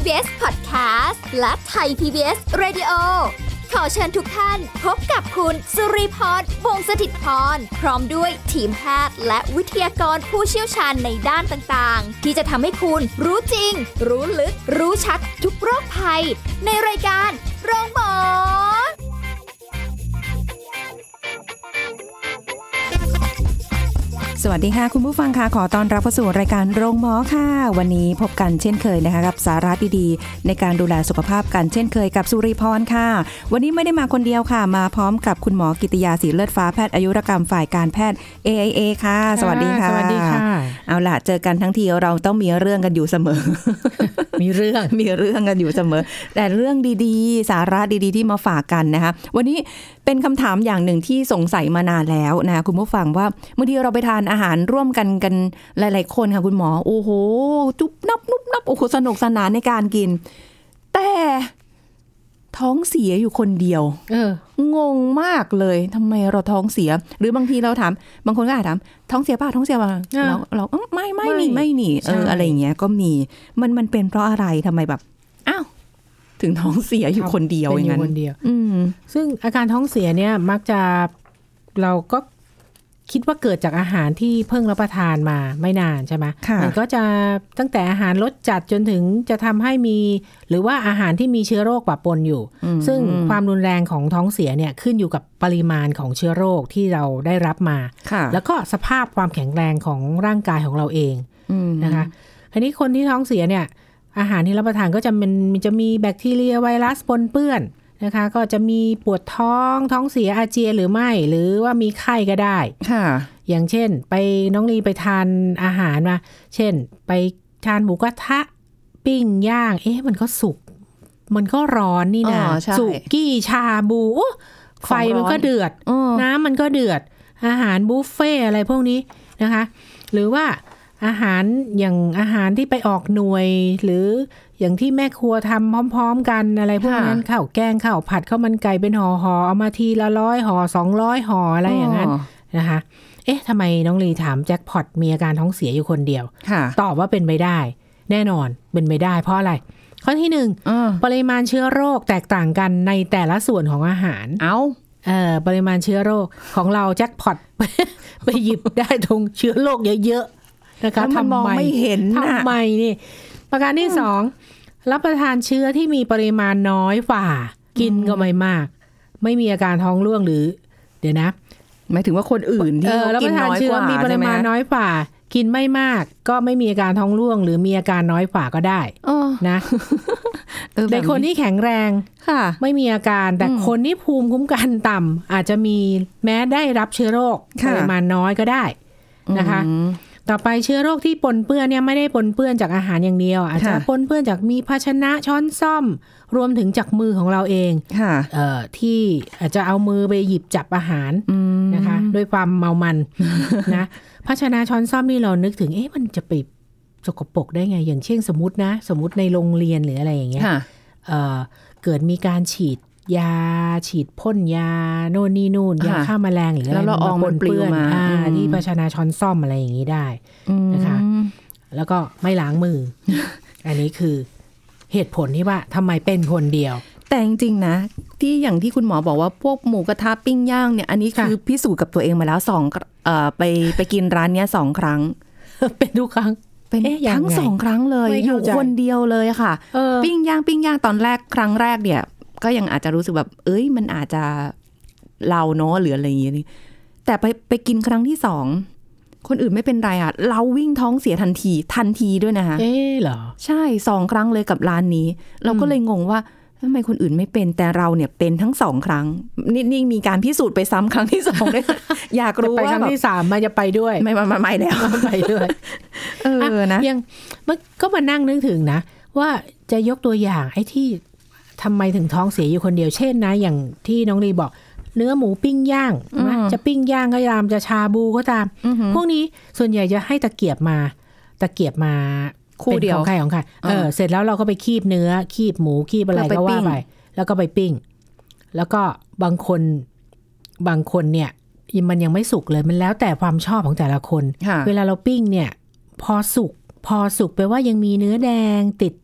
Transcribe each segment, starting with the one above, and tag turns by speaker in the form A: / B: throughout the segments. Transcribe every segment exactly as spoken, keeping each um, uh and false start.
A: บี เอส Podcast และ Thai พี บี เอส Radio ขอเชิญทุกท่านพบกับคุณสุริพร วงศ์สถิตพรพร้อมด้วยทีมแพทย์และวิทยากรผู้เชี่ยวชาญในด้านต่างๆที่จะทำให้คุณรู้จริงรู้ลึกรู้ชัดทุกโรคภัยในรายการโรงหมอ
B: สวัสดีค่ะคุณผู้ฟังค่ะขอต้อนรับเข้าสู่รายการโรงหมอค่ะวันนี้พบกันเช่นเคยนะคะกับสาระดีๆในการดูแลสุขภาพกันเช่นเคยกับสุริพรค่ะวันนี้ไม่ได้มาคนเดียวค่ะมาพร้อมกับคุณหมอกิติยาสีเลือดฟ้าแพทย์อายุรกรรมฝ่ายการแพทย์ เอ ไอ เอ ค่ะสวัสดีค่ะ
C: สวัสดีค่ะ
B: เอาล่ะเจอกันทั้งทีเราต้องมีเรื่องกันอยู่เสมอ
C: มีเรื่อง
B: มีเรื่องกันอยู่เสมอแต่เรื่องดีๆสาระดีๆที่มาฝากกันนะคะวันนี้เป็นคำถามอย่างหนึ่งที่สงสัยมานานแล้วนะคุณผู้ฟังว่าเมื่อที่เราไปทานอาหารร่วมกันกันหลายๆคนค่ะคุณหมอโอ้โหจุบนับนุบนับโอ้โหสนุกสนานในการกินแต่ท้องเสียอยู่คนเดียว
C: เออง
B: งมากเลยทำไมเราท้องเสียหรือบางทีเราถามบางคนก็อาจถามท้องเสียป่ะท้องเสียป่ะเราเราไม่ไม่หนีไม่หนีเอออะไรอย่างเงี้ยก็มีมันมันเป็นเพราะอะไรทำไมแบบอ้าวถึงท้องเสียอยู่คนเดียวอย่างนั้น
C: คนเดียวซึ่งอาการท้องเสียเนี่ยมักจะเราก็คิดว่าเกิดจากอาหารที่เพิ่งรับประทานมาไม่นานใช่ไหมมันก็จะตั้งแต่อาหารรสจัดจนถึงจะทำให้มีหรือว่าอาหารที่มีเชื้อโรคปะปนอยู่ซึ่งความรุนแรงของท้องเสียเนี่ยขึ้นอยู่กับปริมาณของเชื้อโรคที่เราได้รับมาแล้วก็สภาพความแข็งแรงของร่างกายของเราเองนะคะทีนี้คนที่ท้องเสียเนี่ยอาหารที่รับประทานก็จะมันจะมีแบคทีเรียไวรัสปนเปื้อนนะคะก็จะมีปวดท้องท้องเสียอาเจียนหรือไม่หรือว่ามีไข้ก็ได้ค่ะอย่างเช่นไปน้องลีไปทานอาหารมาเช่นไปทานหมูกระทะปิ้งย่างเอ๊ะมันก็สุกมันก็ร้อนนี่นะสุกี้ชาบูไฟมันก็เดือดน้ำมันก็เดือดอาหารบุฟเฟ่อะไรพวกนี้นะคะหรือว่าอาหารอย่างอาหารที่ไปออกหน่วยหรืออย่างที่แม่ครัวทำพร้อมๆกันอะไรพวกนั้นข้าวแกงข้าวผัดข้าวมันไก่เป็นห่อๆเอามาทีละร้อยห่อสองร้อยห่ออะไรอย่างนั้นนะคะเอ๊ะทำไมน้องลีถามแจ็คพอตมีอาการท้องเสียอยู่คนเดียวตอบว่าเป็นไปได้แน่นอนเป็นไปได้เพราะอะไรข้อที่หนึ่งปริมาณเชื้อโรคแตกต่างกันในแต่ละส่วนของอาหาร
B: เอา
C: เอ่อปริมาณเชื้อโรคของเราแจ็คพอต ไปหยิบได้ตรงเชื้อโรคเยอะๆนะคะทำไม
B: ไม่เห็น
C: ทำไมนี่ประการที่สองรับประทานเชื้อที่มีปริมาณน้อยฝ่ากินก็ไม่มากไม่มีอาการท้องร่วงหรือเดี๋ยวนะ
B: หมายถึงว่าคนอื่นที่
C: กินน้อยกว่ามีปริมาณน้อยฝ่ากินไม่มากก็ไม่มีอาการท้องร่วงหรือมีอาการน้อยฝ่าก็ได้นะในคนที่แข็งแรงไม่มีอาการแต่คนที่ภูมิคุ้มกันต่ำอาจจะมีแม้ได้รับเชื้อโรคปริมาณน้อยก็ได้นะคะต่อไปเชื้อโรคที่ปนเปื้อนเนี่ยไม่ได้ปนเปื้อนจากอาหารอย่างเดียวอาจจะปนเปื้อนจากมีภาชนะช้อนส้อมรวมถึงจากมือของเราเองเอ่อที่อาจจะเอามือไปหยิบจับอาหารนะคะด้วยความเมามันนะภาชนะช้อนส้อมนี่เรานึกถึงเอ๊ะมันจะไปสกปรกได้ไงอย่างเช่นสมมตินะสมมติในโรงเรียนหรืออะไรอย่างเงี้ยเอ่อเกิดมีการฉีดยาฉีดพ่นยาโน่นนี่นู่นยาฆ่าแมลงหรืออะไรมาปนเปื้อนที่ภาชนะช้อนส้อมอะไรอย่างนี้ได้นะคะแล้วก็ไม่ล้างมือ อันนี้คือเหตุผลที่ว่าทำไมเป็นคนเดียว
B: แต่จริงๆนะที่อย่างที่คุณหมอบอกว่าพวกหมูกระทะปิ้งย่างเนี่ยอันนี้คือพิสูจน์กับตัวเองมาแล้วสองเอ่อไปไปกินร้านเนี้ยสองครั้ง
C: เป็นทุกครั้ง
B: เป็นทั้งสองครั้งเลยอยู่คนเดียวเลยค่ะปิ้งย่างปิ้งย่างตอนแรกครั้งแรกเนี่ยก็ยังอาจจะรู้สึกแบบเอ้ยมันอาจจะเราเนาะหรืออะไรอย่างนี้แต่ไปไปกินครั้งที่สองคนอื่นไม่เป็นไรอ่ะเราวิ่งท้องเสียทันทีทันทีด้วยนะคะ
C: เอ๊ะเหรอ
B: ใช่สองครั้งเลยกับร้านนี้เราก็เลยงงว่าทำไมคนอื่นไม่เป็นแต่เราเนี่ยเป็นทั้งสองครั้งนี่นี่มีการพิสูจน์ไปซ้ำครั้งที่สองด้วยอยากรู้ว่า
C: ครั้งที่สามมาจะไปด้วย
B: ไม่ไม่ไม่แล้ว
C: ไปด้วย
B: เออนะ
C: ยังมันก็มานั่งนึกถึงนะว่าจะยกตัวอย่างไอ้ที่ทำไมถึงท้องเสียอยู่คนเดียวเช่นนะอย่างที่น้องลีบอกเนื้อหมูปิ้งย่างนะจะปิ้งย่างก็ตามจะชาบูก็ตามพวกนี้ส่วนใหญ่จะให้ตะเกียบมาตะเกียบมา
B: คู่เดียว
C: ของใครของใครเออเสร็จแล้วเราก็ไปคีบเนื้อคีบหมูคีบอะไรก็ว่าไปแล้วก็ไปปิ้งแล้วก็บางคนบางคนเนี่ยมันยังไม่สุกเลยมันแล้วแต่ความชอบของแต่ละคนเวลาเราปิ้งเนี่ยพอสุกพอสุกแปลว่ายังมีเนื้อแดงติด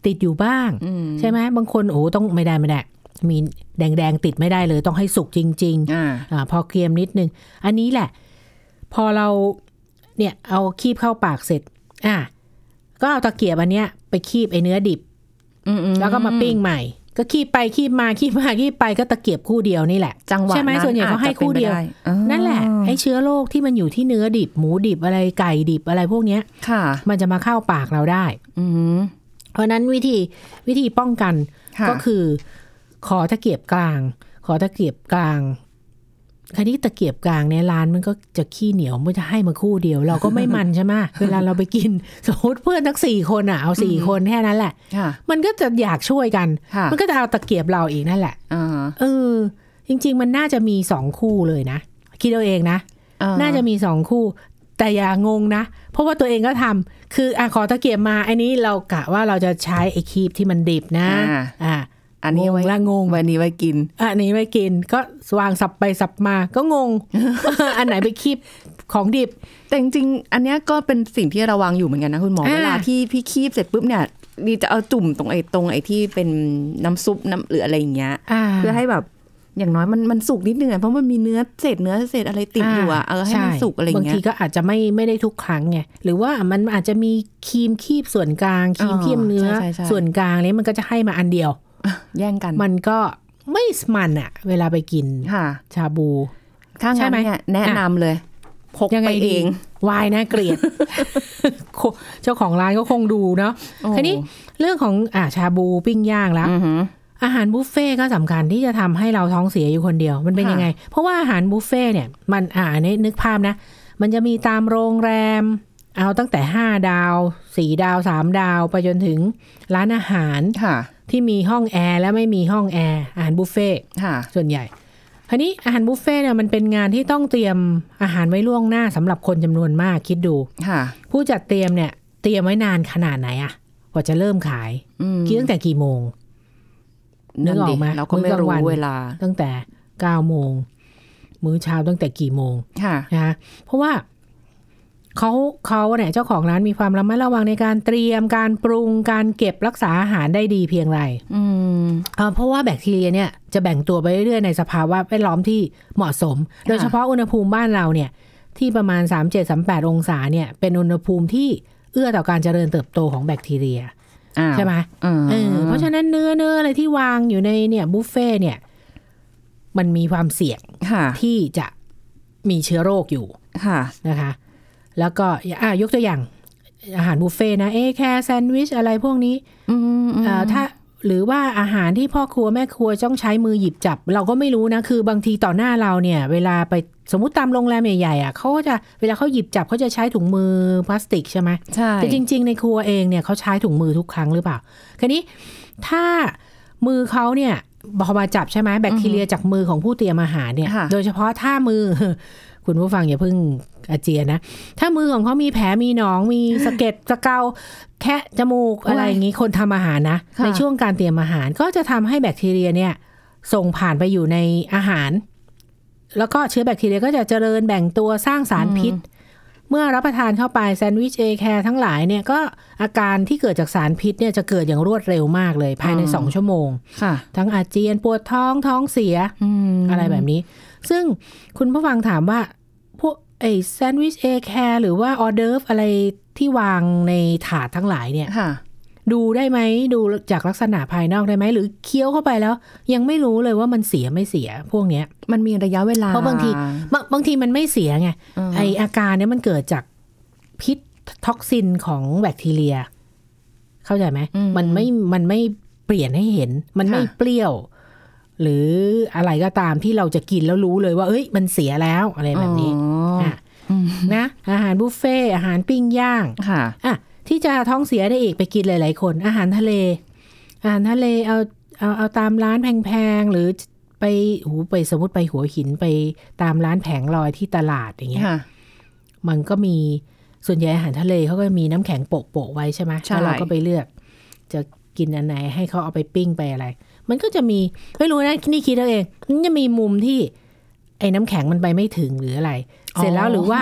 C: ติดอยู่บ้างใช่ไหมบางคนโอ้ต้องไม่ได้ไม่ได้มีแดงๆติดไม่ได้เลยต้องให้สุกจริง
B: อ่า
C: ๆอ่าพอเกรียมนิดนึงอันนี้แหละพอเราเนี่ยเอาคีบเข้าปากเสร็จอ่ะก็เอาตะเกียบอันเนี้ยไปคีบไอ้เนื้อดิบแล้วก็มาปิ้งใหม่ก็คีบไปคีบมาคีบมาคีบไปก็ตะเกียบคู่เดียวนี่แหละ
B: จังหวะ
C: ใช่ไหมส่วนใหญ่เขาให้คู่เดียวนั่นแหละไอ้เชื้อโรคที่มันอยู่ที่เนื้อดิบหมูดิบอะไรไก่ดิบอะไรพวกเนี้ยมันจะมาเข้าปากเราได้เพราะนั้นวิธีวิธีป้องกันก็คือขอตะเกียบกลางขอตะเกียบกลางคราวนี้ตะเกียบกลางเนี่ยร้านมันก็จะขี้เหนียวมันจะให้มาคู่เดียวเราก็ไม่มันใช่ไหม เวลาเราไปกินสมมติเพื่อนทั้งสี่คนอ่ะเอาสี่คนแค่นั้นแหละมันก็จะอยากช่วยกันมันก็จะเอาตะเกียบเราอีกนั่นแหละเออจริงๆมันน่าจะมีสองคู่เลยนะคิดเอาเองนะน่าจะมีสองคู่แต่อย่างงนะเพราะว่าตัวเองก็ทำคืออ่ะขอตะเกียบมาอันนี้เรากะว่าเราจะใช้ไอ้คีบที่มันดิบนะอ่า
B: อันนี้ไว้
C: ละงง
B: วันนี้ไว้กิน
C: อันนี้ไว้กินก็วางสับไปสับมาก็งง อันไหนไปคีบของดิบ
B: แต่จริงๆอันนี้ก็เป็นสิ่งที่ระวังอยู่เหมือนกันนะคุณหมอเวลาที่พี่คีบเสร็จปุ๊บเนี่ยดีจะเอาจุ่มตรงไอ้ตรงไอ้ที่เป็นน้ำซุปน้ำหรืออะไรอย่างเงี้ยเพื่อให้แบบอย่างน้อยมันมันสุกนิดนึงเพราะมันมีเนื้อเศษเนื้อเศษอะไรติดอยู่อ่ะเออให้มันสุกอะไรอย่างเงี้ย
C: บางทีก็อาจจะไม่ไม่ได้ทุกครั้งไงหรือว่ามันอาจจะมีครีมคีบส่วนกลางครีมคีบเนื้อส่วนกลางนี้มันก็จะให้มาอันเดียว
B: แย่งกัน
C: มันก็ไม่มันอะเวลาไปกินชาบู
B: ถ้างั้นเนี่ยแนะนำเลยพกไปเอง
C: วายนะเกลียด เจ้าของร้านก็คงดูเนาะทีนี้เรื่องของอ่าชาบูปิ้งย่างแล้วอาหารบุฟเฟ่ก็สำคัญที่จะทำให้เราท้องเสียอยู่คนเดียวมันเป็นยังไงเพราะว่าอาหารบุฟเฟ่เนี่ยมันอ่าในนึกภาพนะมันจะมีตามโรงแรมเอาตั้งแต่ห้าดาวสี่ดาวสามดาวไปจนถึงร้านอาหารที่มีห้องแอร์และไม่มีห้องแอร์อาหารบุฟเฟ่ส่วนใหญ่คราวนี้อาหารบุฟเฟ่เนี่ยมันเป็นงานที่ต้องเตรียมอาหารไว้ล่วงหน้าสำหรับคนจำนวนมากคิดดูผู้จัดเตรียมเนี่ยเตรียมไว้นานขนาดไหนอะกว่าจะเริ่มขายคิดตั้งแต่กี่โมงนึกออกไหม
B: เราก็ไม่รู้เวลา
C: ตั้งแต่เก้าโมงมื้อเช้าตั้งแต่กี่โมงนะคะเพราะว่าเขาเขาเนี่ยเจ้าของร้านมีความระมัดระวังในการเตรียมการปรุงการเก็บรักษาอาหารได้ดีเพียงไรเพราะว่าแบคทีเรียเนี่ยจะแบ่งตัวไปเรื่อยๆในสภาวะแวดล้อมที่เหมาะสมโดยเฉพาะอุณหภูมิบ้านเราเนี่ยที่ประมาณ สามสิบเจ็ด สามสิบแปด องศาเนี่ยเป็นอุณหภูมิที่เอื้อต่อการเจริญเติบโตของแบคทีเรียใช่ไหมเออเพราะฉะนั้นเนื้อเนื้ออะไรที่วางอยู่ในเนี่ยบุฟเฟ่เนี่ยมันมีความเสี่ยงที่จะมีเชื้อโรคอยู่นะคะแล้วก็อ่ะยกตัวอย่างอาหารบุฟเฟ่นะเอแคร์แซนด์วิชอะไรพวกนี้ถ้าหรือว่าอาหารที่พ่อครัวแม่ครัวต้องใช้มือหยิบจับเราก็ไม่รู้นะคือบางทีต่อหน้าเราเนี่ยเวลาไปสมมุติตามโรงแรมใหญ่ๆอ่ะเขาจะเวลาเขาหยิบจับเขาจะใช้ถุงมือพลาสติกใช่ไหมใช่แต่จริงๆในครัวเองเนี่ยเขาใช้ถุงมือทุกครั้งหรือเปล่าคราวนี้ถ้ามือเขาเนี่ยพอมาจับใช่ไหมแบคทีเรียจากมือของผู้เตรียมอาหารเนี่ยโดยเฉพาะถ้ามือคุณผู้ฟังอย่าเพิ่งอาเจียนนะถ้ามือของเขามีแผลมีหนองมีสะเก็ดสะเกาแคะจมูกอะไรอย่างนี้คนทำอาหารนะในช่วงการเตรียมอาหารก็จะทำให้แบคทีเรียเนี่ยส่งผ่านไปอยู่ในอาหารแล้วก็เชื้อแบคทีเรียก็จะเจริญแบ่งตัวสร้างสารพิษเมื่อรับประทานเข้าไปแซนด์วิชเอแคร์ทั้งหลายเนี่ยก็อาการที่เกิดจากสารพิษเนี่ยจะเกิดอย่างรวดเร็วมากเลยภายในสองชั่วโมงทั้งอาเจียนปวดท้องท้องเสียอะไรแบบนี้ซึ่งคุณผู้ฟังถามว่าพวกไอ้แซนด์วิชเอแคร์หรือว่าออเดิร์ฟอะไรที่วางในถาดทั้งหลายเนี่ยดูได้ไหมดูจากลักษณะภายนอกได้ไหมหรือเคี้ยวเข้าไปแล้วยังไม่รู้เลยว่ามันเสียไม่เสียพวกเนี้ย
B: มันมีระยะเวลา
C: เพราะบางทีบางทีมันไม่เสียไงไออาการเนี้ยมันเกิดจากพิษท็อกซินของแบคทีเรียเข้าใจไหมมันไม่มันไม่เปลี่ยนให้เห็นมันไม่เปรี้ยวหรืออะไรก็ตามที่เราจะกินแล้วรู้เลยว่าเอ้ยมันเสียแล้วอะไรแบบนี้นะอาหารบุฟเฟ่อาหารปิ้งย่างอ่ะที่จะท้องเสียได้อีกไปกินหลายๆคนอาหารทะเลอาหารทะเลเอาเอาเอาตามร้านแพงๆหรือไปหูไปสมมติไปหัวหินไปตามร้านแผงลอยที่ตลาดอย่างเงี้ยมันก็มีส่วนใหญ่อาหารทะเลเขาก็มีน้ำแข็งโปะๆไว้ใช่ไหมแล้วเราก็ไปเลือกจะกินอันไหนให้เขาเอาไปปิ้งไปอะไรมันก็จะมีไม่รู้นะนี่คิดเอาเองมันจะมีมุมที่ไอ้น้ำแข็งมันไปไม่ถึงหรืออะไรเสร็จแล้วหรือว่า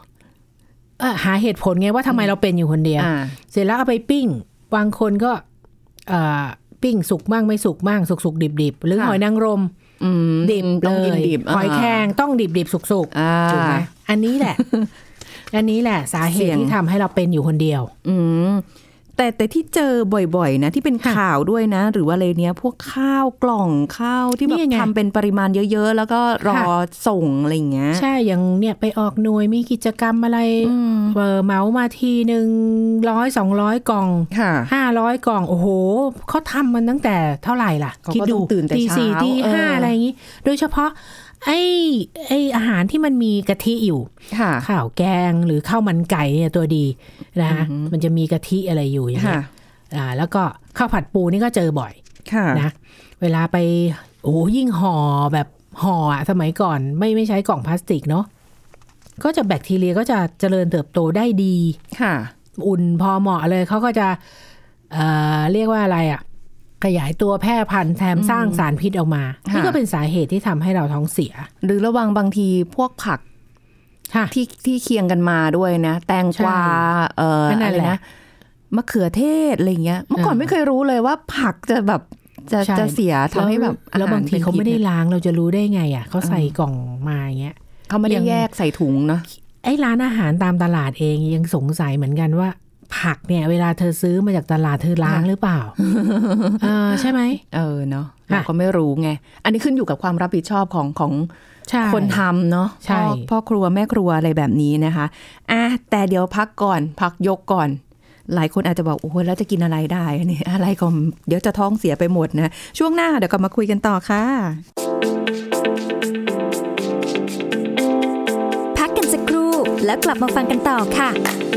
C: หาเหตุผลไงว่าทำไมเราเป็นอยู่คนเดียวเสร็จแล้วเอาไปปิ้งบางคนก็เอ่อปิ้งสุกมั่งไม่สุกมั่งสุกๆดิบๆหรือหอยนางรมดิบเลยหอยแครงต้องดิบๆสุกๆถูกไหมอันนี้แหละ อันนี้แหละสาเหตุที่ทำให้เราเป็นอยู่คนเดียว
B: อืมแต่แต่ที่เจอบ่อยๆนะที่เป็นข่าวด้วยนะหรือว่าอะไรเนี้ยพวกข้าวกล่องข้าวที่แบบทำเป็นปริมาณเยอะๆแล้วก็รอส่งอะไรเงี้ย
C: ใช่อย่างเนี่ยไปออกหน่วยมีกิจกรรมอะไรเออเมามาทีหนึ่งร้อยสองร้อยกล่องห้าร้อยกล่องโอ้โหเขาทำมันตั้งแต่เท่าไหร่ล่ะ
B: คิดดู
C: ตีสี่ตีห้าอะไรอย่างงี้โดยเฉพาะไอ้ไอ้อาหารที่มันมีกะทิอยู่ข้าวแกงหรือข้าวมันไก่เนี่ยตัวดีนะมันจะมีกะทิอะไรอยู่อย่างเงี้ยอ่าแล้วก็ข้าวผัดปูนี่ก็เจอบ่อยนะเวลาไปโอ้ยิ่งห่อแบบห่ออ่ะสมัยก่อนไม่ไม่ใช้กล่องพลาสติกเนาะก็จะแบคทีเรียก็จะเจริญเติบโตได้ดีอุ่นพอเหมาะเลยเขาก็จะเอ่อเรียกว่าอะไรอ่ะขยายตัวแพร่พันธุ์แถมสร้างสารพิษออกมานี่ก็เป็นสาเหตุที่ทำให้เราท้องเสีย
B: หรือระวังบางทีพวกผักที่ที่เคียงกันมาด้วยนะแตงกวาเอ่ออะไรนะมะเขือเทศอะไรเงี้ยเมื่อก่อนไม่เคยรู้เลยว่าผักจะแบบจะจะเสียทำให้แบบ
C: แล้วบางทีเขาไม่ได้ล้างเราจะรู้ได้ไงอ่ะเขาใส่กล่องมาอย่างเงี้ย
B: เขาไม่ได้แยกใส่ถุงเนาะ
C: ไอ้ร้านอาหารตามตลาดเองยังสงสัยเหมือนกันว่าผักเนี่ยเวลาเธอซื้อมาจากตลาดเธอล้างหรือเปล่าอ่าใช่ไหม
B: เออเนาะเราก็ไม่รู้ไงอันนี้ขึ้นอยู่กับความรับผิดชอบของของคนทำเนาะพ่อพ่อครัวแม่ครัวอะไรแบบนี้นะคะอ่ะแต่เดี๋ยวพักก่อนพักยกก่อนหลายคนอาจจะบอกโอ้โหแล้วจะกินอะไรได้นี่อะไรก็เดี๋ยวจะท้องเสียไปหมดนะช่วงหน้าเดี๋ยวกลับมาคุยกันต่อค่ะ
A: พักกันสักครู่แล้วกลับมาฟังกันต่อค่ะ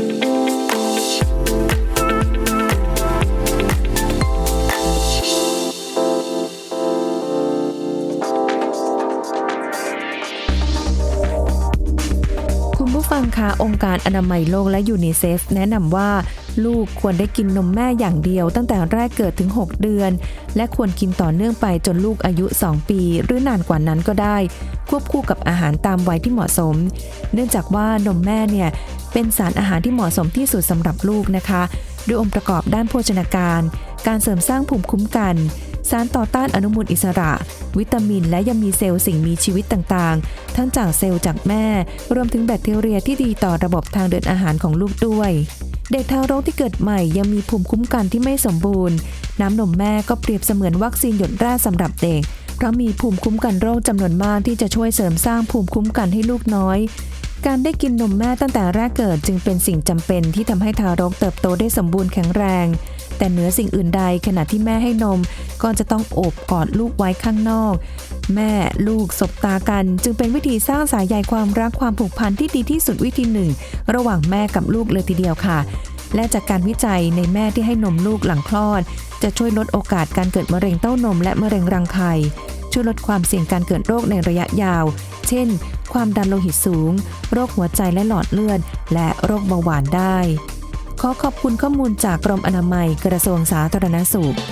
B: ฟังค่ะองค์การอนามัยโลกและยูนิเซฟแนะนำว่าลูกควรได้กินนมแม่อย่างเดียวตั้งแต่แรกเกิดถึงหกเดือนและควรกินต่อเนื่องไปจนลูกอายุสองปีหรือนานกว่านั้นก็ได้ควบคู่กับอาหารตามวัยที่เหมาะสมเนื่องจากว่านมแม่เนี่ยเป็นสารอาหารที่เหมาะสมที่สุดสำหรับลูกนะคะด้วยองค์ประกอบด้านโภชนาการการเสริมสร้างภูมิคุ้มกันสารต่อต้านอนุมูลอิสระวิตามินและยังมีเซลล์สิ่งมีชีวิตต่างๆทั้งจากเซลล์จากแม่รวมถึงแบคทีเรียที่ดีต่อระบบทางเดินอาหารของลูกด้วยเด็กทารกที่เกิดใหม่ยังมีภูมิคุ้มกันที่ไม่สมบูรณ์น้ำนมแม่ก็เปรียบเสมือนวัคซีนหยดแรกสำหรับเด็กเพราะมีภูมิคุ้มกันโรคจำนวนมากที่จะช่วยเสริมสร้างภูมิคุ้มกันให้ลูกน้อยการได้กินนมแม่ตั้งแต่แรกเกิดจึงเป็นสิ่งจำเป็นที่ทำให้ทารกเติบโตได้สมบูรณ์แข็งแรงแต่เหนือสิ่งอื่นใดขณะที่แม่ให้นมก็จะต้องโอบกอดลูกไว้ข้างนอกแม่ลูกสบตากันจึงเป็นวิธีสร้างสายใยความรักความผูกพันที่ดีที่สุดวิธีหนึ่งระหว่างแม่กับลูกเลยทีเดียวค่ะและจากการวิจัยในแม่ที่ให้นมลูกหลังคลอดจะช่วยลดโอกาสการเกิดมะเร็งเต้านมและมะเร็งรังไข่ช่วยลดความเสี่ยงการเกิดโรคในระยะยาวเช่นความดันโลหิตสูงโรคหัวใจและหลอดเลือดและโรคเบาหวานได้ขอขอบคุณข้อมูลจากกรมอนามัยกระทรวงสาธารณสุข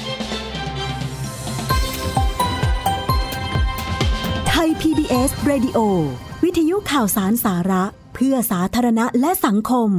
D: ไทย พี บี เอส Radio วิทยุข่าวสารสาระเพื่อสาธารณะและสังคม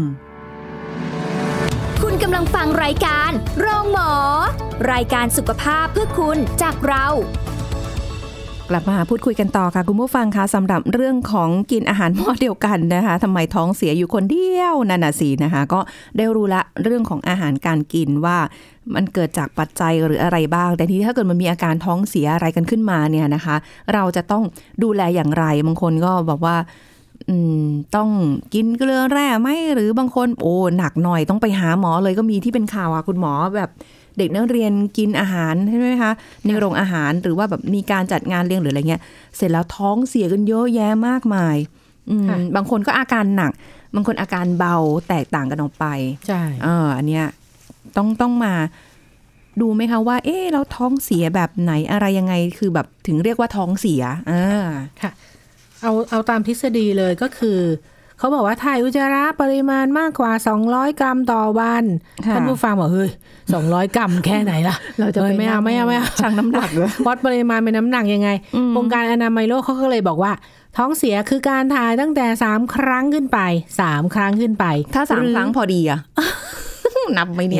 A: คุณกำลังฟังรายการโรงหมอรายการสุขภาพเพื่อคุณจากเรา
B: กลับมาพูดคุยกันต่อค่ะคุณผู้ฟังคะสำหรับเรื่องของกินอาหารหม้อเดียวกันนะคะทำไมท้องเสียอยู่คนเดียวนั่นน่ะสินะคะก็ได้รู้ละเรื่องของอาหารการกินว่ามันเกิดจากปัจจัยหรืออะไรบ้างแต่ทีนี้ถ้าเกิดมันมีอาการท้องเสียอะไรกันขึ้นมาเนี่ยนะคะเราจะต้องดูแลอย่างไรบางคนก็บอกว่าอืมต้องกินเกลือแร่ไหมหรือบางคนโอ้หนักหน่อยต้องไปหาหมอเลยก็มีที่เป็นข่าวอ่ะคุณหมอแบบเด็กนักเรียนกินอาหารใช่ไหมคะในโรงอาหารหรือว่าแบบมีการจัดงานเลี้ยงหรืออะไรเงี้ยเสร็จแล้วท้องเสียกันเยอะแยะมากมายบางคนก็อาการหนักบางคนอาการเบาแตกต่างกันออกไป
C: ใช่
B: เอออันเนี้ยต้องต้องมาดูไหมคะว่าเอ๊ะเราท้องเสียแบบไหนอะไรยังไงคือแบบถึงเรียกว่าท้องเสียอ่า
C: ค่ะเอาเอาตามทฤษฎีเลยก็คือเขาบอกว่าถ่ายอุจจาระปริมาณมากกว่าสองร้อยกรัมต่อวันท่านผู้ฟังบอกเฮ้ยสองร้อยกรัมแค่ไหนล่ะ
B: เราจะ
C: ไม่เอาไม่เอาไม่เอา
B: ชั่งน้ำหนักเลย
C: วัดปริมาณเป็นน้ำหนักยังไงองค์การอนามัยโลกเขาก็เลยบอกว่าท้องเสียคือการถ่ายตั้งแต่สามครั้งขึ้นไปสามครั้งขึ้นไป
B: ถ้าสามครั้งพอดีอะนับไหมเนี่ย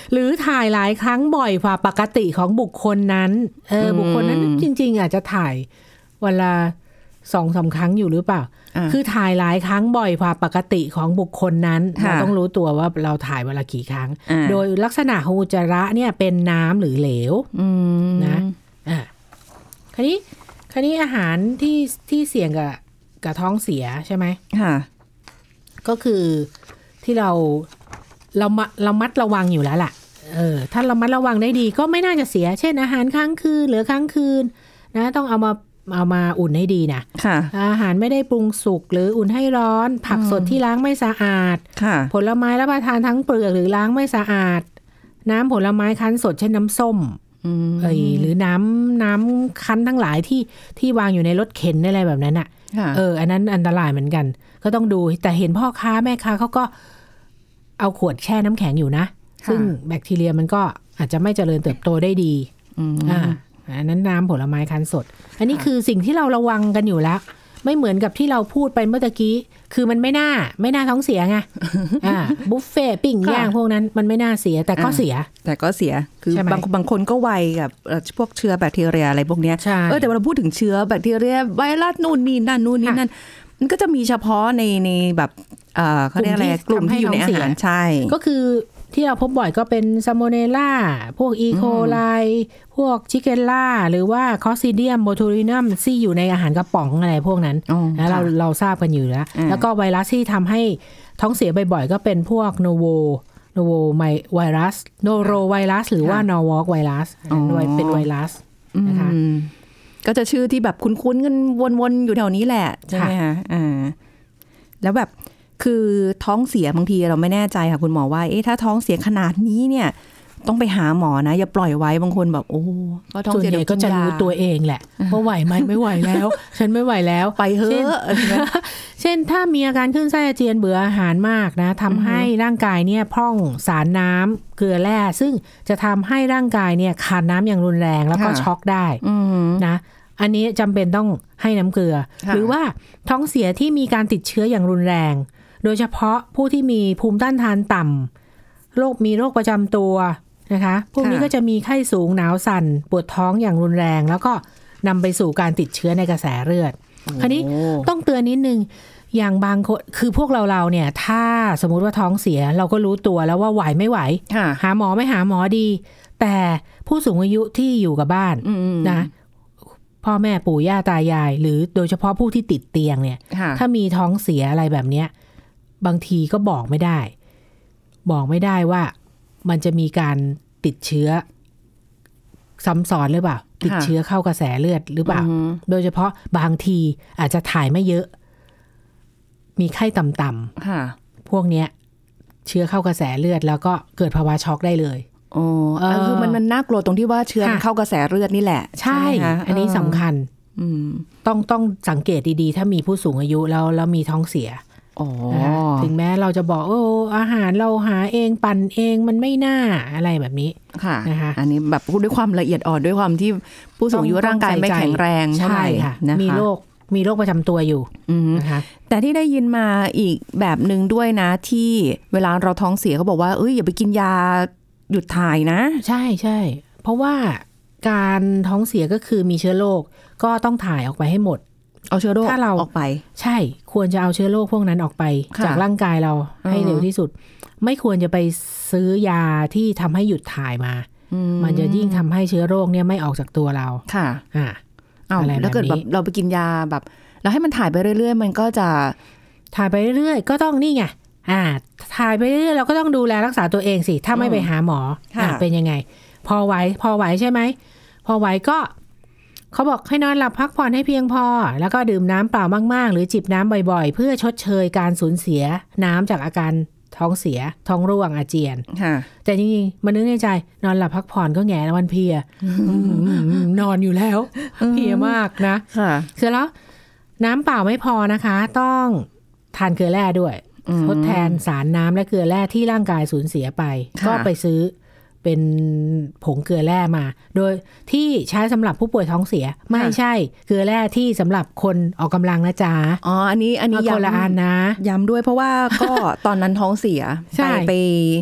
C: หรือถ่ายหลายครั้งบ่อยกว่าปกติของบุคคลนั้นเออบุคคลนั้นจริงๆอาจจะถ่ายเวลาสองสามครั้งอยู่หรือเปล่าคือถ่ายหลายครั้งบ่อยกว่าปกติของบุคคลนั้นเราต้องรู้ตัวว่าเราถ่ายเวลากี่ครั้งโดยลักษณะของอุจจาระเนี่ยเป็นน้ำหรือเหลวนะอ่ะคราวนี้คราวนี้อาหารที่ที่เสี่ยงกับกับท้องเสียใช่ไหม
B: ค่ะ
C: ก็คือที่เราเราเรามัดระวังอยู่แล้วล่ะเออถ้าเรามัดระวังได้ดีก็ไม่น่าจะเสียเช่นอาหารค้างคืนเหลือค้างคืนนะต้องเอามาเอามาอุ่นให้ดีนะอาหารไม่ได้ปรุงสุกหรืออุ่นให้ร้อนผักสดที่ล้างไม่สะอาดผลไม้รับประทานทั้งเปลือกหรือล้างไม่สะอาดน้ำผลไม้คั้นสดเช่นน้ำส้มเออหรือน้ำน้ำคั้นทั้งหลายที่ที่วางอยู่ในรถเข็นอะไรแบบนั้นอ่ะเอออันนั้นอันตรายเหมือนกันก็ต้องดูแต่เห็นพ่อค้าแม่ค้าเขาก็เอาขวดแช่น้ำแข็งอยู่นะซึ่งแบคทีเรียมันก็อาจจะไม่เจริญเติบโตได้ดีอ่าอันนั้นน้ำผลไม้คั้นสดอันนี้คือสิ่งที่เราระวังกันอยู่แล้วไม่เหมือนกับที่เราพูดไปเมื่อกี้คือมันไม่น่าไม่น่าท้องเสียไงอ่าบุฟเฟ่ปิ้งย่างพวกนั้นมันไม่น่าเสียแต่ก็เสีย
B: แต่ก็เสียคือบางบางคนก็ไวกับพวกเชื้อแบคทีเรียอะไรพวกเนี้ยเออแต่เราพูดถึงเชื้อแบคทีเรียไวรัสนู่นนี่นั่นนู่นนี่นั่นมันก็จะมีเฉพาะในในแบบเอ่อเขาเรียกอะไรกลุ่มที่อยู่ในอาหารใช่
C: ก็คือที่เราพบบ่อยก็เป็นซาโมเนลล่าพวกอีโคไลพวกชิเกลล่าหรือว่าคอสซิเดียมโบทูลินัมที่อยู่ในอาหารกระป๋องอะไรพวกนั้นนะเราเราทราบกันอยู่แล้วแล้วก็ไวรัสที่ทำให้ท้องเสียบ่อยๆก็เป็นพวกโนโวโนโวไวรัสโนโรไวรัสหรือว่านอร์วอล์กไวรัสด้วยเป็นไวรัสนะคะ
B: ก็จะชื่อที่แบบคุ้นๆกันวนๆอยู่แถวนี้แหละใช่ไหมคะอ่าแล้วแบบคือท้องเสียบางทีเราไม่แน่ใจค่ะคุณหมอว่าเอ๊ะถ้าท้องเสียขนาดนี้เนี่ยต้องไปหาหมอนะอย่าปล่อยไว้บางคนแบบโอ้ก็ท้องเสีย
C: ก็จะรู้ตัวเองแหละว่าไหวไหมไม่ไหวแล้วฉันไม่ไหวแล้ว
B: ไปเถอะ
C: เช่นถ้ามีอาการขึ้นไส้อาเจียนเบื่ออาหารมากนะทำให้ร่างกายเนี่ยพร่องสารน้ำเกลือแร่ซึ่งจะทำให้ร่างกายเนี่ยขาดน้ำอย่างรุนแรงแล้วก็ช็อกได้นะอันนี้จำเป็นต้องให้น้ำเกลือหรือว่าท้องเสียที่มีการติดเชื้ออย่างรุนแรงโดยเฉพาะผู้ที่มีภูมิต้านทานต่ำโรคมีโรคประจำตัวนะคะพวกนี้ก็จะมีไข้สูงหนาวสั่นปวดท้องอย่างรุนแรงแล้วก็นำไปสู่การติดเชื้อในกระแสเลือดคราวนี้ต้องเตือนนิดนึงอย่างบางคนคือพวกเราเราเนี่ยถ้าสมมุติว่าท้องเสียเราก็รู้ตัวแล้วว่าไหวไม่ไหวหาหมอไม่หาหมอดีแต่ผู้สูงอายุที่อยู่กับบ้านนะพ่อแม่ปู่ย่าตายายหรือโดยเฉพาะผู้ที่ติดเตียงเนี่ยถ้ามีท้องเสียอะไรแบบเนี้ยบางทีก็บอกไม่ได้บอกไม่ได้ว่ามันจะมีการติดเชื้อซ้ำซ้อนหรือเปล่าติดเชื้อเข้ากระแสเลือดหรือเปล่าโดยเฉพาะบางทีอาจจะถ่ายไม่เยอะมีไข้ต่ำๆพวกเนี้ยเชื้อเข้ากระแสเลือดแล้วก็เกิดภาวะช็อกได้เลย
B: อ๋อคือมันมันน่ากลัวตรงที่ว่าเชื้อเข้ากระแสเลือดนี่แหละ
C: ใช่อันนี้สำคัญต้องต้องสังเกตดีๆถ้ามีผู้สูงอายุแล้วแล้วมีท้องเสียถึงแม้เราจะบอกโอ้อาหารเราหาเองปั่นเองมันไม่น่าอะไรแบบนี้
B: ค่ะนะคะอันนี้แบบพูดด้วยความละเอียดอ่อนด้วยความที่ผู้สูงอายุร่างกายไม่แข็งแรง
C: ใช่ค่ะมีโรคมีโรคประจำตัวอยู่นะคะ
B: แต่ที่ได้ยินมาอีกแบบนึงด้วยนะที่เวลาเราท้องเสียเขาบอกว่าเอ้ยอย่าไปกินยาหยุดถ่ายนะ
C: ใช่ใช่เพราะว่าการท้องเสียก็คือมีเชื้อโรคก็ต้องถ่ายออกไปให้หมด
B: เอาเชื้อโรคออกไป
C: ใช่ควรจะเอาเชื้อโรคพวกนั้นออกไปจากร่างกายเราให้เร็วที่สุดไม่ควรจะไปซื้อยาที่ทำให้หยุดถ่ายมามันจะยิ่งทำให้เชื้อโรคเนี่ยไม่ออกจากตัวเรา
B: ค่ะ
C: อ่า
B: เอาแล้วเกิดแบบเราไปกินยาแบบแล้วให้มันถ่ายไปเรื่อยๆมันก็จะ
C: ถ่ายไปเรื่อยๆก็ต้องนี่ไงอ่าถ่ายไปเรื่อยๆเราก็ต้องดูแลรักษาตัวเองสิถ้าไม่ไปหาหมออ่าเป็นยังไงพอไหวพอไหวใช่ไหมพอไหวก็เขาบอกให้นอนหลับพักผ่อนให้เพียงพอแล้วก็ดื่มน้ำเปล่ามากๆหรือจิบน้ำบ่อยๆเพื่อชดเชยการสูญเสียน้ำจากอาการท้องเสียท้องร่วงอาเจียนแต่จริงๆมันนึกในใจนอนหลับพักผ่อนก็แง่แล้วมันเพลียนอนอยู่แล้วเพลียมากนะเสร็จแล้วน้ำเปล่าไม่พอนะคะต้องทานเกลือแร่ด้วยทดแทนสารน้ำและเกลือแร่ที่ร่างกายสูญเสียไปก็ไปซื้อเป็นผงเกลือแร่มาโดยที่ใช้สำหรับผู้ป่วยท้องเสียไม่ใช่เกลือแร่ที่สำหรับคนออกกำลังนะจ๊ะ
B: อ๋ออันนี้อันนี้
C: ย้ำละอันนะ
B: ย้ำด้วยเพราะว่าก็ตอนนั้นท้องเสียไปไป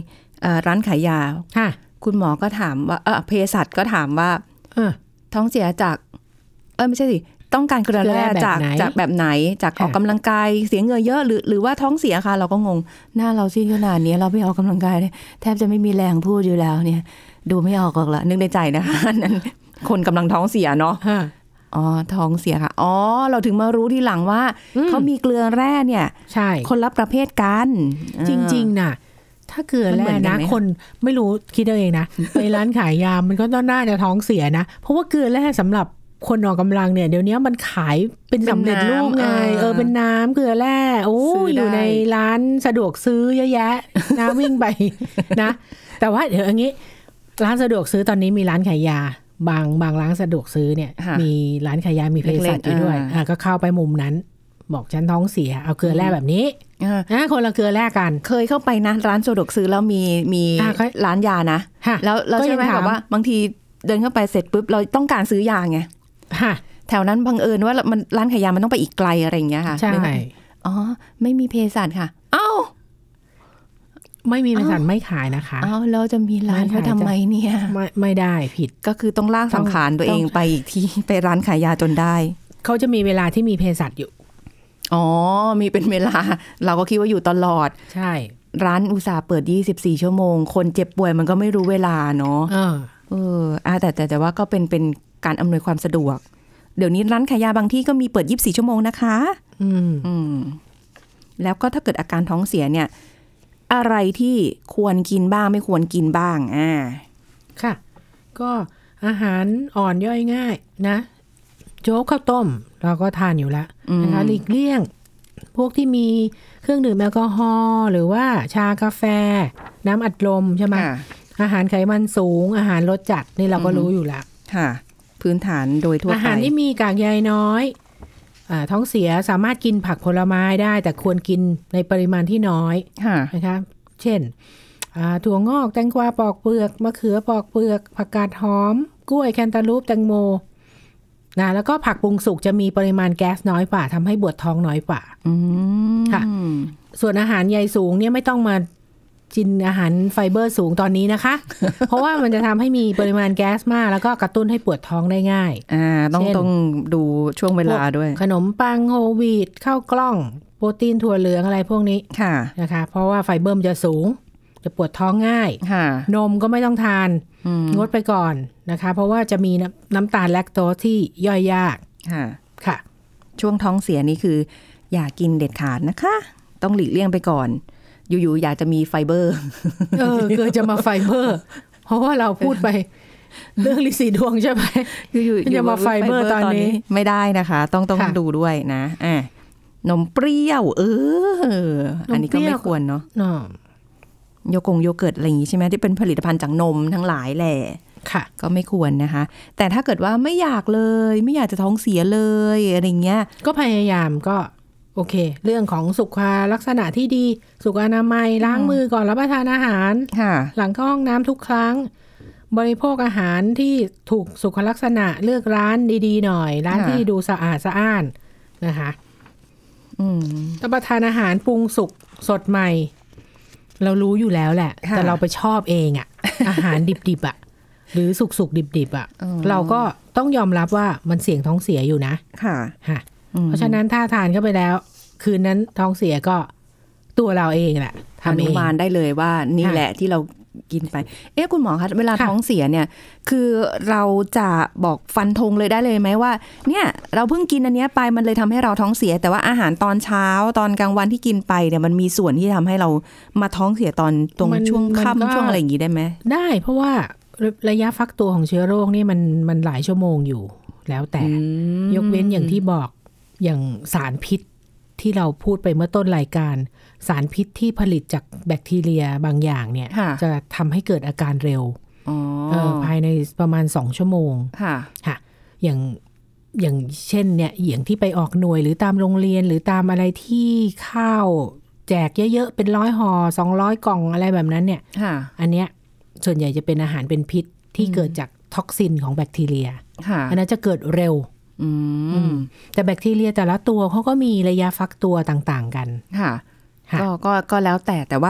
B: เอ่อร้านขายยา
C: ค่ะ
B: คุณหมอก็ถามว่าเออเภสัชก็ถามว่า
C: เออ
B: ท้องเสียจากเออไม่ใช่สิต้องการเกลือแร่จากจากแบบไหนจากออกกำลังกายเสียเหงื่อเยอะหรือหรือว่าท้องเสียค่ะเราก็งงหน้าเราซีดขนาดนี้เราไปออกกำลังกายแทบจะไม่มีแรงพูดอยู่แล้วเนี่ยดูไม่ออกหรอกละนึกในใจนะคะนั้นคนกำลังท้องเสียเนาะอ๋อท้องเสียค่ะอ๋อเราถึงมารู้ทีหลังว่าเขามีเกลือแร่เนี่ย
C: ใช่
B: คนละประเภทกัน
C: จริงๆน่ะถ้าเกลือแร่นะคนไม่รู้คิดเอาเองนะไปร้านขายยามันก็ต้องน่าจะท้องเสียนะเพราะว่าเกลือแร่สำหรับคนออกกำลังเนี่ยเดี๋ยวนี้มันขายเป็นสำเร็จรูปไงเออเป็นน้ำเกลือแร่โอ้อยู่ในร้านสะดวกซื้อเยอะแยะนะวิ่งไปนะแต่ว่าเดี๋ยวอย่างนี้ร้านสะดวกซื้อตอนนี้มีร้านขายยาบางบางร้านสะดวกซื้อเนี่ยมีร้านขายยามีเภสัชอยู่ด้วยอ่ะก็เข้าไปมุมนั้นบอกฉันท้องเสียเอาเกลือแร่แบบนี้อ่ะคนละเกลือแร่กัน
B: เคยเข้าไปนะร้านสะดวกซื้อแล้วมีมีร้านยานะแล้วเราใช่ไหมแบบว่าบางทีเดินเข้าไปเสร็จปุ๊บเราต้องการซื้อยาไงแถวนั้นบังเอิญว่ามันร้านขายยามันต้องไปอีกไกลอะไรอย่างเงี้ยค่ะ
C: ใช่
B: อ๋อไม่มีเภสัชค่ะเอ้า
C: ไม่มีเภสัชไม่ขายนะคะ
B: อ้าวเราจะมีร้านไว้ทำไมเนี่ย
C: ไม่ไม่ได้ผิด
B: ก็คือต้องลากสังขารตัวเองไปอีกที่ไปร้านขายยาจนได้
C: เขาจะมีเวลาที่มีเภสัชอยู่
B: อ๋อมีเป็นเวลาเราก็คิดว่าอยู่ตลอด
C: ใช่
B: ร้านอุตสาห์เปิดยี่สิบสี่ชั่วโมงคนเจ็บป่วยมันก็ไม่รู้เวลาเนาะเออเอออ่ะแต่แต่แต่ว่าก็เป็นเป็นการอำนวยความสะดวกเดี๋ยวนี้ร้านขายยาบางที่ก็มีเปิดยี่สิบสี่ชั่วโมงนะคะอืมอืมแล้วก็ถ้าเกิดอาการท้องเสียเนี่ยอะไรที่ควรกินบ้างไม่ควรกินบ้างอ่า
C: ค่ะก็อาหารอ่อนย่อยง่ายนะโจ๊กข้าวต้มเราก็ทานอยู่แล้วนะคะหลีกเลี่ยงพวกที่มีเครื่องดื่มแอลกอฮอล์หรือว่าชากาแฟน้ำอัดลมใช่ไหมอาหารไขมันสูงอาหารรสจัดนี่เราก็รู้อยู่แล้ว
B: ค่ะพื้นฐานโดยทั่วไป
C: อาหารที่มีกากใยน้อยอ่าท้องเสียสามารถกินผักผลไม้ได้แต่ควรกินในปริมาณที่น้อยนะคะเช่นถั่วงอกแตงกวาปอกเปลือกมะเขือปอกเปลือกผักกาดหอมกล้วยแคนตาลูปแตงโมนะแล้วก็ผักปรุงสุกจะมีปริมาณแก๊สน้อยกว่าทำให้ปวดท้องน้อยกว่าค่ะส่วนอาหารใยสูงเนี่ยไม่ต้องมากินอาหารไฟเบอร์สูงตอนนี้นะคะ เพราะว่ามันจะทำให้มีปริมาณแก๊สมากแล้วก็กระตุ้นให้ปวดท้องได้ง่าย
B: อ่าต้องต้องดูช่วงเวลาด้วย
C: ขนมปังโฮลวีตข้าวกล้องโปรตีนถั่วเหลืองอะไรพวกนี้
B: ค่ะ
C: นะคะเพราะว่าไฟเบอร์มันจะสูงจะปวดท้องง่ายนมก็ไม่ต้องทานงดไปก่อนนะคะเพราะว่าจะมีน้ำตาลแลคโตสที่ย่อยยาก
B: ค่ะ
C: ค่ะ
B: ช่วงท้องเสียนี่คืออย่ากินเด็ดขาดนะคะต้องหลีกเลี่ยงไปก่อนอยู่ๆอยากจะมีไฟเบอร์
C: เออเกิดจะมาไฟเบอร์เพราะว่าเราพูดไปเรื่องลิสีดวงใช่ไหมอยู่ๆจะมาไฟเบอร์ตอนนี้
B: ไม่ได้นะคะต้องต้องดูด้วยนะอ่ะนมเปรี้ยวเอออันนี้ก็ไม่ควรเนาะโยกงโยเกิร์ตอะไรอย่างงี้ใช่ไหมที่เป็นผลิตภัณฑ์จากนมทั้งหลายแหละ
C: ค่ะ
B: ก็ไม่ควรนะคะแต่ถ้าเกิดว่าไม่อยากเลยไม่อยากจะท้องเสียเลยอะไรเงี้ย
C: ก็พยายามก็โอเคเรื่องของสุขลักษณะที่ดีสุขอนามัยล้างมือก่อนรับประทานอาหารหลังเข้าห้องน้ำทุกครั้งบริโภคอาหารที่ถูกสุขลักษณะเลือกร้านดีๆหน่อยร้านที่ดูสะอาดสะอ้านนะคะรับประทานอาหารปรุงสุกสดใหม่เรารู้อยู่แล้วแหละแต่เราไปชอบเองอ่ะ อาหารดิบๆอ่ะหรือสุกๆดิบๆอ่ะเราก็ต้องยอมรับว่ามันเสี่ยงท้องเสียอยู่นะ
B: ค่ะ
C: ค่ะเพราะฉะนั้นถ้าทานเข้าไปแล้วคืนนั้นท้องเสียก็ตัวเราเองแหละ
B: อนุมานได้เลยว่านี่แหละที่เรากินไปเอ๊ะคุณหมอคะเวลาท้องเสียเนี่ยคือเราจะบอกฟันธงเลยได้เลยไหมว่าเนี่ยเราเพิ่งกินอันนี้ไปมันเลยทำให้เราท้องเสียแต่ว่าอาหารตอนเช้าตอนกลางวันที่กินไปเนี่ยมันมีส่วนที่ทำให้เรามาท้องเสียตอนตรงช่วงค่ำช่วงอะไรอย่างนี้ได้ไหม
C: ได้เพราะว่าระยะฟักตัวของเชื้อโรคนี่มันมันหลายชั่วโมงอยู่แล้วแต่ยกเว้นอย่างที่บอกอย่างสารพิษที่เราพูดไปเมื่อต้นรายการสารพิษที่ผลิตจากแบคทีเรียบางอย่างเนี่ยจะทำให้เกิดอาการเร็วเออภายในประมาณสองชั่วโมงค่ะค่ะอย่างอย่างเช่นเนี่ยอย่างที่ไปออกหน่วยหรือตามโรงเรียนหรือตามอะไรที่ข้าวแจกเยอะๆเป็นร้อยห่อสองร้อยกล่องอะไรแบบนั้นเนี่ยอันเนี้ยส่วนใหญ่จะเป็นอาหารเป็นพิษที่เกิดจากท็อกซินของแบคทีเรียอันนั้นจะเกิดเร็วแต่แบคทีเรียแต่ละตัวเขาก็มีระยะฟักตัวต่างๆกัน
B: ค่ะก็ก็ก็แล้วแต่แต่ว่า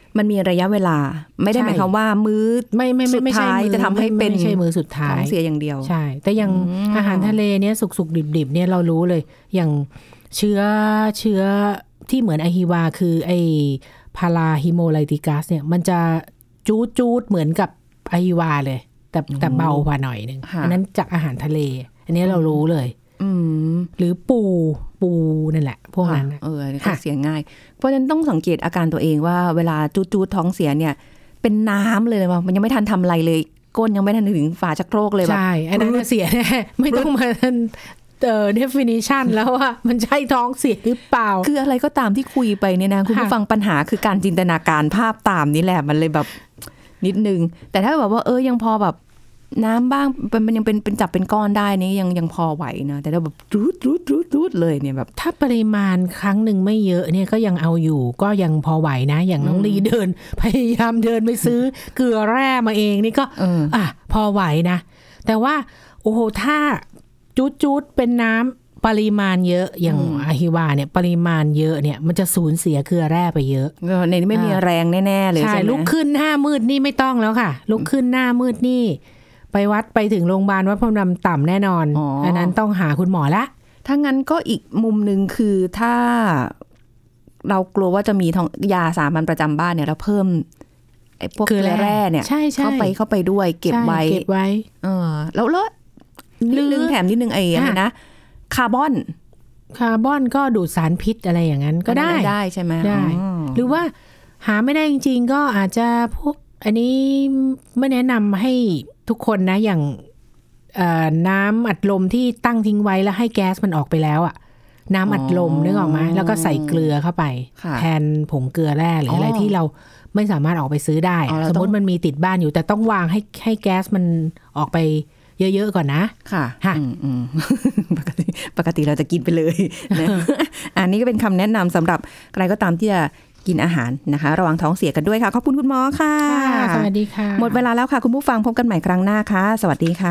B: มันมีระยะเวลาไม่ได้หมายความว่ามื้อ
C: ไม่ไม่ไม่ไม่ใช่มื้อ
B: จะทำให้เป็น
C: ไม่ใช่มื้อสุดท้าย
B: ท้องเสียอย่างเดียว
C: ใช่แต่อย่างอาหารทะเลเนี่ยสุกๆดิบๆเนี่ยเรารู้เลยอย่างเชื้อเชื้อที่เหมือนอะฮิวาคือไอพาราฮิโมไลติกัสเนี่ยมันจะจูดจูดเหมือนกับอะฮิวาเลยแต่แต่เบากว่าหน่อยนึงอันนั้นจากอาหารทะเลอันนี้เรารู้เลยหรือปูปูนั่นแหละพวกนั้น
B: เออก็เสียง่ายเพราะฉะนั้นต้องสังเกตอาการตัวเองว่าเวลาจูดจูดท้องเสียเนี่ยเป็นน้ำเลยว่ามันยังไม่ทันทำอะไรเลยก้นยังไม่ทันถึงฝาชักโครกเลยแบบ
C: ใช่อันนั้นเสียแน่ไม่ต้องมาเอ่อ definition แล้วว่ามันใช่ท้องเสียหรือเปล่า
B: คืออะไรก็ตามที่คุยไปเนี่ยนะคุณผู้ฟังปัญหาคือการจินตนาการภาพตามนี่แหละมันเลยแบบนิดนึงแต่ถ้าแบบว่าเออยังพอแบบน้ำบ้างมันยังเป็นเป็นจับเป็นก้อนได้นี่ยังยังพอไหวนะแต่ถ้าแบบรูดรูดรูดรูดเลยเนี่ยแบบ
C: ถ้าปริมาณครั้งหนึ่งไม่เยอะเนี่ยก็ยังเอาอยู่ก็ยังพอไหวนะอย่างน้องลีเดินพยายามเดินไปซื้อเกลือแร่มาเองนี่ก็อ่ะพอไหวนะแต่ว่าโอ้โหถ้าจุดๆเป็นน้ำปริมาณเยอะอย่างอะฮิวาเนี่ยปริมาณเยอะเนี่ยมันจะสูญเสียเกลือแร่ไปเยอะ
B: ในนี้ไม่มีแรงแน่ๆเลยใช่ไหม
C: ใช่ลุกขึ้นหน้ามืดนี่ไม่ต้องแล้วค่ะลุกขึ้นหน้ามืดนี่ไปวัดไปถึงโรงพยาบาลวัดความดันต่ำแน่นอน อ, อันนั้นต้องหาคุณหมอละ
B: ถ้างั้นก็อีกมุมนึงคือถ้าเรากลัวว่าจะมีท้องยาสามัญประจำบ้านเนี่ยเราเพิ่มไอ้พวกเกลือแร่เนี่ยเข้าไปเข้าไปด้วยเก็บไว้
C: เก็บไว้
B: เออแล้วแล้วนิดนึงแถมนิดนึงไอ้อะไรนะคาร์บอน
C: คาร์บอนก็ดูดสารพิษอะไรอย่างนั้นก็ได้
B: ได้ใช่ไหม
C: ได้หรือว่าหาไม่ได้จริงๆก็อาจจะพวกอันนี้ไม่แนะนำให้ทุกคนนะอย่างน้ำอัดลมที่ตั้งทิ้งไว้แล้วให้แก๊สมันออกไปแล้วอ่ะน้ำอัดลมนึกออกไหมแล้วก็ใส่เกลือเข้าไปแทนผงเกลือแร่หรืออะไรที่เราไม่สามารถออกไปซื้อได้สมมติมันมีติดบ้านอยู่แต่ต้องวางให้ให้แก๊สมันออกไปเยอะๆก่อนนะ
B: ค่ะค่ะปกติปกติเราจะกินไปเลยนะอันนี้ก็เป็นคำแนะนำสำหรับใครก็ตามที่จะกินอาหารนะคะระวังท้องเสียกันด้วยค่ะขอบคุณคุณหมอค่ะ
C: สวัสดีค่ะ
B: หมดเวลาแล้วค่ะคุณผู้ฟังพบกันใหม่ครั้งหน้าค่ะสวัสดีค่ะ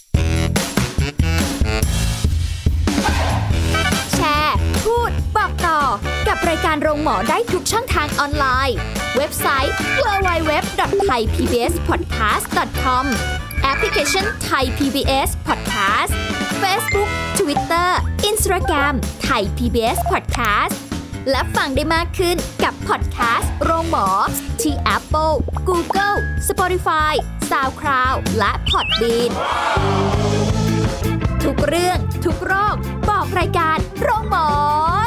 A: แชร์พูดบอกต่อกับรายการโรงหมอได้ทุกช่องทางออนไลน์เว็บไซต์ ดับเบิลยู ดับเบิลยู ดับเบิลยู ดอท ไทย พี บี เอส พอดแคสต์ ดอท คอม แอปพลิเคชัน Thai พี บี เอส Podcast Facebook Twitter Instagram Thai พี บี เอส Podcast และฟังได้มากขึ้นกับพอดแคสต์โรงหมอที่ Apple, Google, Spotify, SoundCloud และ Podbean ทุกเรื่องทุกโรคบอกรายการโรงหมอ